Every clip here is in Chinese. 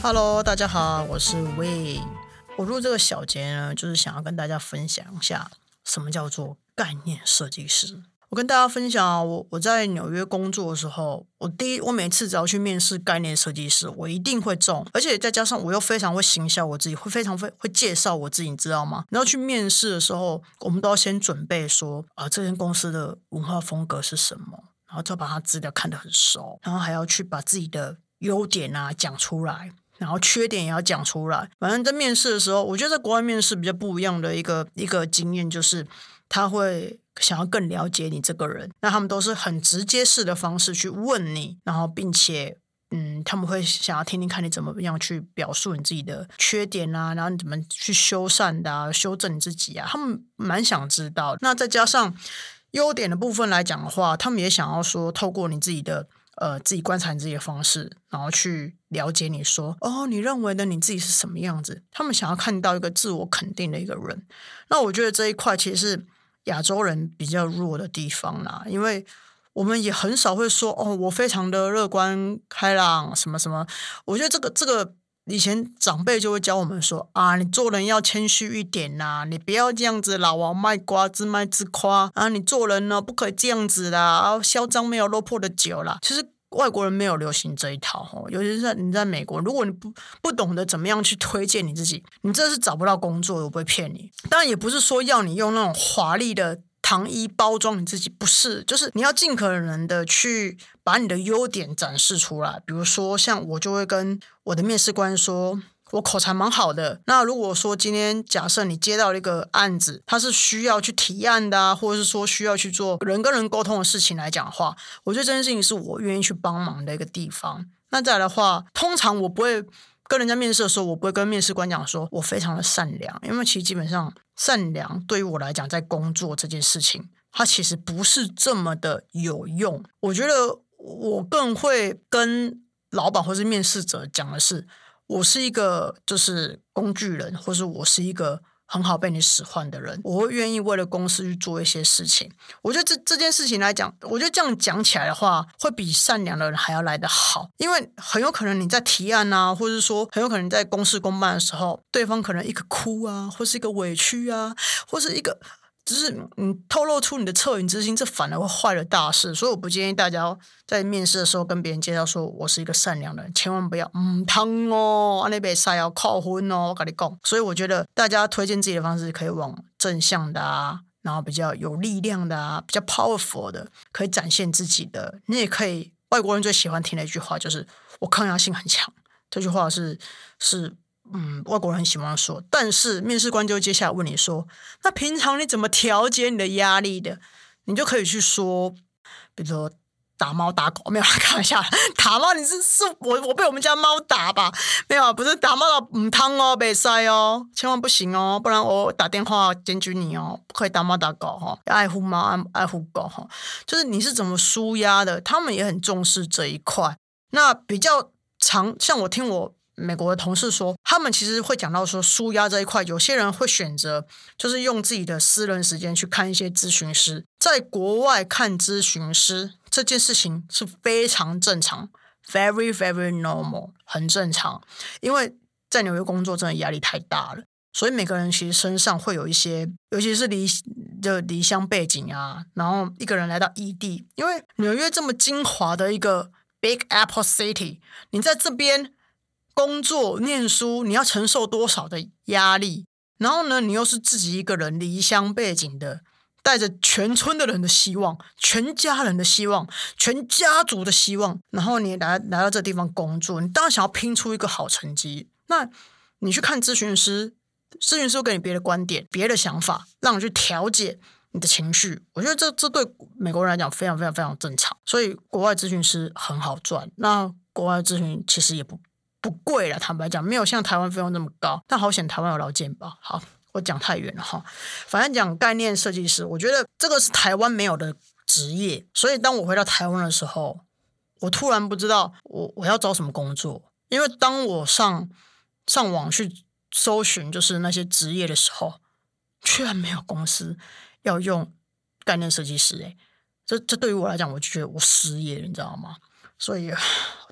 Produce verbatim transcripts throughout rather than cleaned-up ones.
Hello， 大家好，我是 Wayne。我录这个小节呢，就是想要跟大家分享一下什么叫做概念设计师。我跟大家分享，我我在纽约工作的时候，我第一，我每次只要去面试概念设计师，我一定会中，而且再加上我又非常会行销我自己，会非常会会介绍我自己，你知道吗？然后去面试的时候，我们都要先准备说啊，这间公司的文化风格是什么，然后就把他资料看得很熟，然后还要去把自己的优点啊讲出来。然后缺点也要讲出来。反正在面试的时候，我觉得在国外面试比较不一样的一个一个经验，就是他会想要更了解你这个人，那他们都是很直接式的方式去问你，然后并且嗯，他们会想要听听看你怎么样去表述你自己的缺点啊，然后你怎么去修缮的啊，修正你自己啊，他们蛮想知道。那再加上优点的部分来讲的话，他们也想要说透过你自己的呃，自己观察你自己的方式，然后去了解你说，哦，你认为的你自己是什么样子？他们想要看到一个自我肯定的一个人。那我觉得这一块其实是亚洲人比较弱的地方啦，因为我们也很少会说，哦，我非常的乐观开朗，什么什么。我觉得这个这个。以前长辈就会教我们说啊，你做人要谦虚一点呐、啊，你不要这样子老王卖瓜自卖自夸啊，你做人呢不可以这样子啦，啊，嚣张没有落魄的酒啦。其实外国人没有流行这一套哦，尤其是在你在美国，如果你不不懂得怎么样去推荐你自己，你真的是找不到工作的，我不会骗你。当然也不是说要你用那种华丽的糖衣包装你自己，不是，就是你要尽可能的去把你的优点展示出来。比如说像我就会跟我的面试官说，我口才蛮好的，那如果说今天假设你接到了一个案子，它是需要去提案的啊，或者是说需要去做人跟人沟通的事情来讲的话，我觉得这件事情是我愿意去帮忙的一个地方。那再来的话，通常我不会跟人家面试的时候，我不会跟面试官讲说我非常的善良，因为其实基本上善良对于我来讲，在工作这件事情，它其实不是这么的有用。我觉得我更会跟老板或是面试者讲的是，我是一个就是工具人，或是我是一个很好被你使唤的人，我会愿意为了公司去做一些事情。我觉得这这件事情来讲，我觉得这样讲起来的话，会比善良的人还要来得好。因为很有可能你在提案啊，或者是说很有可能在公事公办的时候，对方可能一个哭啊，或是一个委屈啊，或是一个就是你透露出你的恻隐之心，这反而会坏了大事。所以我不建议大家在面试的时候跟别人介绍说我是一个善良的人，千万不要嗯汤哦，那边塞要扣分哦，我跟你讲。所以我觉得大家推荐自己的方式可以往正向的啊，然后比较有力量的啊，比较 powerful 的，可以展现自己的。你也可以，外国人最喜欢听的一句话就是我抗压性很强，这句话是是。嗯，外国人很喜欢说，但是面试官就接下来问你说，那平常你怎么调节你的压力的？你就可以去说，比如说打猫打狗，没有开玩笑，打猫你是是我我被我们家猫打吧？没有，不是打猫的唔汤哦，别塞哦，千万不行哦，不然我打电话检举你哦，不可以打猫打狗哈、哦，要爱护猫爱爱护狗哈、哦，就是你是怎么抒压的，他们也很重视这一块。那比较常像我听我美国的同事说，他们其实会讲到说抒压这一块，有些人会选择就是用自己的私人时间去看一些咨询师。在国外看咨询师这件事情是非常正常 ，very very normal， 很正常。因为在纽约工作真的压力太大了，所以每个人其实身上会有一些，尤其是离的离乡背景啊，然后一个人来到异地，因为纽约这么精华的一个 Big Apple City， 你在这边工作念书，你要承受多少的压力？然后呢，你又是自己一个人离乡背景的，带着全村的人的希望，全家人的希望，全家族的希望，然后你来来到这地方工作，你当然想要拼出一个好成绩。那你去看咨询师，咨询师会给你别的观点、别的想法，让你去调节你的情绪。我觉得这这对美国人来讲非常非常非常正常，所以国外咨询师很好赚。那国外咨询其实也不。不贵了，坦白讲，没有像台湾费用那么高，但好险台湾有劳健保。好，我讲太远了哈。反正讲概念设计师，我觉得这个是台湾没有的职业，所以当我回到台湾的时候，我突然不知道我我要找什么工作，因为当我上上网去搜寻就是那些职业的时候，居然没有公司要用概念设计师、欸，这这对于我来讲，我就觉得我失业了，你知道吗？所以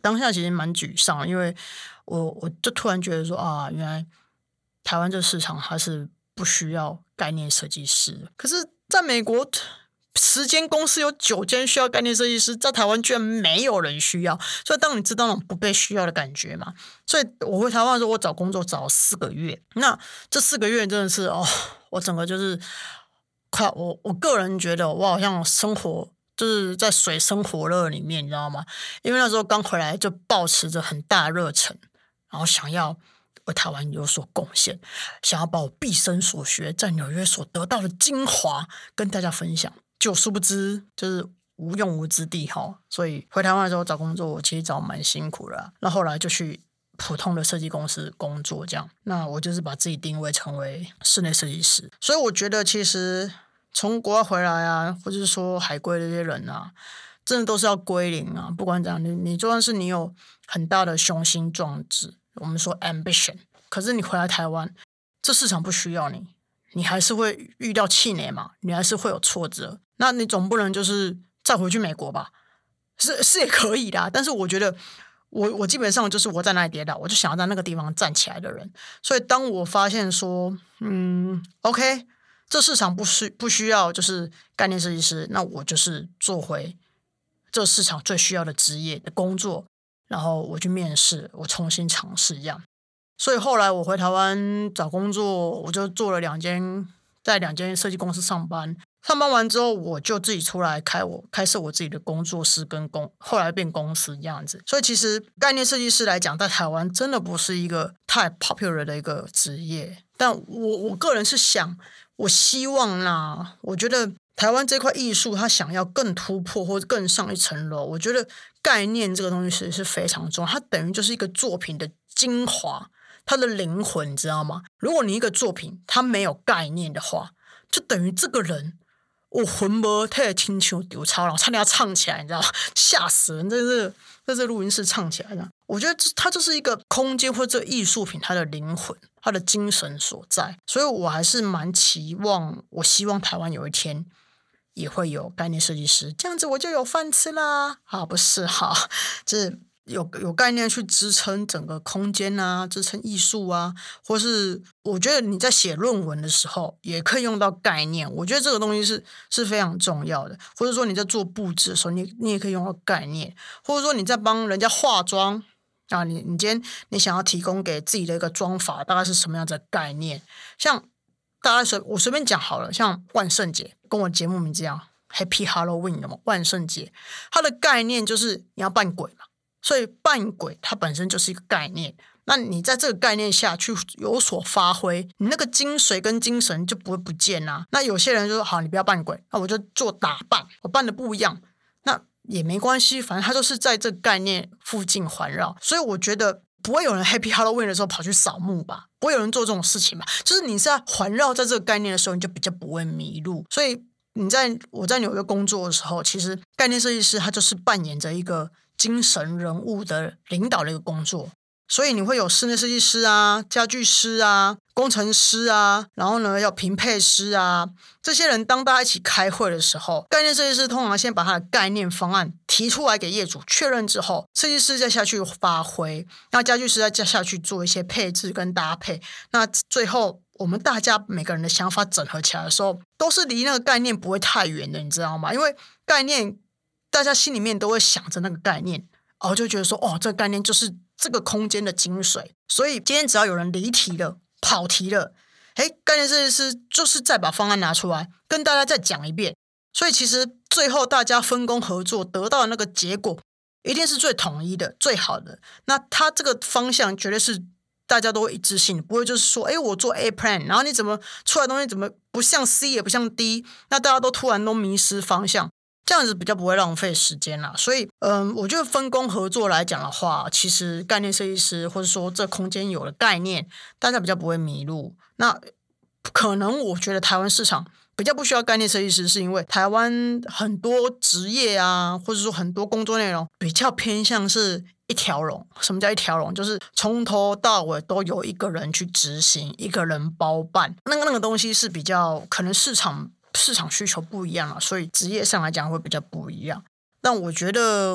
当下其实蛮沮丧，因为我我就突然觉得说啊，原来台湾这市场它是不需要概念设计师，可是在美国十间公司有九间需要概念设计师，在台湾居然没有人需要，所以当你知道那种不被需要的感觉嘛，所以我回台湾的时候，我找工作找了四个月，那这四个月真的是哦，我整个就是快我我个人觉得我好像生活就是在水深火热里面，你知道吗？因为那时候刚回来就抱持着很大热忱，然后想要为台湾有所贡献，想要把我毕生所学在纽约所得到的精华跟大家分享。就殊不知就是无用武之地哈，所以回台湾的时候找工作，我其实找蛮辛苦的、啊。那后来就去普通的设计公司工作，这样。那我就是把自己定位成为室内设计师。所以我觉得其实从国外回来啊，或者是说海归的这些人啊，真的都是要归零啊。不管怎样，你你就算是你有很大的雄心壮志，我们说 ambition， 可是你回来台湾，这市场不需要你。你还是会遇到气馁嘛，你还是会有挫折，那你总不能就是再回去美国吧？是是也可以的、啊，但是我觉得我我基本上就是我在那里跌倒，我就想要在那个地方站起来的人。所以当我发现说，嗯 ，OK， 这市场不需不需要就是概念设计师，那我就是做回这市场最需要的职业的工作，然后我去面试，我重新尝试这样。所以后来我回台湾找工作，我就做了两间，在两间设计公司上班。上班完之后，我就自己出来开我开设我自己的工作室跟公，后来变公司这样子。所以其实概念设计师来讲，在台湾真的不是一个太 popular 的一个职业。但我我个人是想，我希望啦，我觉得台湾这块艺术，它想要更突破或者更上一层楼，我觉得概念这个东西其实是非常重要，它等于就是一个作品的精华。它的灵魂，你知道吗？如果你一个作品它没有概念的话，就等于这个人我魂没太清楚丢超了，差点要唱起来，你知道吗？吓死人！在这在这录音室唱起来的，我觉得它就是一个空间或者这个艺术品它的灵魂、它的精神所在。所以我还是蛮期望，我希望台湾有一天也会有概念设计师，这样子我就有饭吃啦。啊，不是哈，就是有有概念去支撑整个空间啊，支撑艺术啊，或是我觉得你在写论文的时候也可以用到概念，我觉得这个东西是是非常重要的。或者说你在做布置的时候，你你也可以用到概念，或者说你在帮人家化妆啊，你你今天你想要提供给自己的一个妆法，大概是什么样的概念？像大家随我随便讲好了，像万圣节，跟我节目名字一样 ，Happy Halloween 的嘛，万圣节，它的概念就是你要扮鬼嘛。所以扮鬼它本身就是一个概念，那你在这个概念下去有所发挥，你那个精髓跟精神就不会不见啊。那有些人就说好，你不要扮鬼，那我就做打扮，我扮的不一样，那也没关系，反正它就是在这个概念附近环绕。所以我觉得不会有人 Happy Halloween 的时候跑去扫墓吧，不会有人做这种事情吧。就是你是在环绕在这个概念的时候，你就比较不会迷路。所以你在我在纽约工作的时候，其实概念设计师他就是扮演着一个精神人物的领导的一个工作，所以你会有室内设计师啊、家具师啊、工程师啊，然后呢要平配师啊，这些人当大家一起开会的时候，概念设计师通常先把他的概念方案提出来给业主确认之后，设计师再下去发挥，那家具师再下去做一些配置跟搭配，那最后我们大家每个人的想法整合起来的时候，都是离那个概念不会太远的，你知道吗？因为概念大家心里面都会想着那个概念，然后就觉得说，哦，这个概念就是这个空间的精髓。所以今天只要有人离题了、跑题了，诶，概念设计师就是再把方案拿出来跟大家再讲一遍。所以其实最后大家分工合作得到的那个结果，一定是最统一的、最好的。那他这个方向绝对是大家都会一致性的，不会就是说，诶，我做 A plan， 然后你怎么出来的东西怎么不像 C 也不像 D， 那大家都突然都迷失方向。这样子比较不会浪费时间啦，所以，嗯，我觉得分工合作来讲的话，其实概念设计师或者说这空间有了概念，大家比较不会迷路。那可能我觉得台湾市场比较不需要概念设计师，是因为台湾很多职业啊，或者说很多工作内容比较偏向是一条龙。什么叫一条龙？就是从头到尾都有一个人去执行，一个人包办。那个那个东西是比较可能市场。市场需求不一样了，所以职业上来讲会比较不一样。但我觉得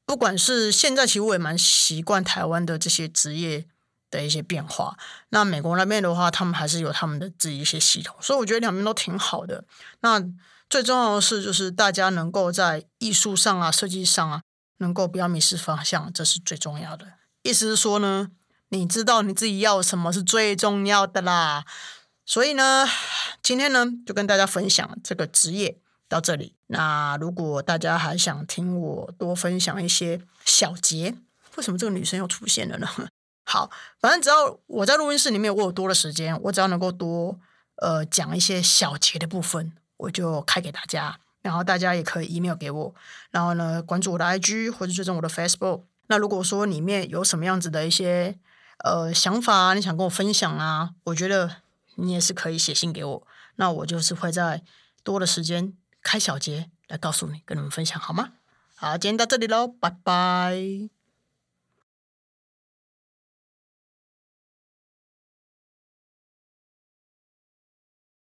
不管是现在，其实我也蛮习惯台湾的这些职业的一些变化。那美国那边的话，他们还是有他们的自己一些系统，所以我觉得两边都挺好的。那最重要的是，就是大家能够在艺术上啊、设计上啊，能够不要迷失方向，这是最重要的。意思是说呢，你知道你自己要什么是最重要的啦。所以呢，今天呢就跟大家分享这个职业到这里。那如果大家还想听我多分享一些小节，为什么这个女生又出现了呢？好，反正只要我在录音室里面我有多的时间，我只要能够多呃讲一些小节的部分，我就开给大家。然后大家也可以 email 给我，然后呢关注我的 I G 或者追踪我的 Facebook。那如果说里面有什么样子的一些呃想法啊，你想跟我分享啊，我觉得你也是可以写信给我，那我就是会在多的时间开小节来告诉你，跟你们分享好吗？好，今天到这里咯，拜拜。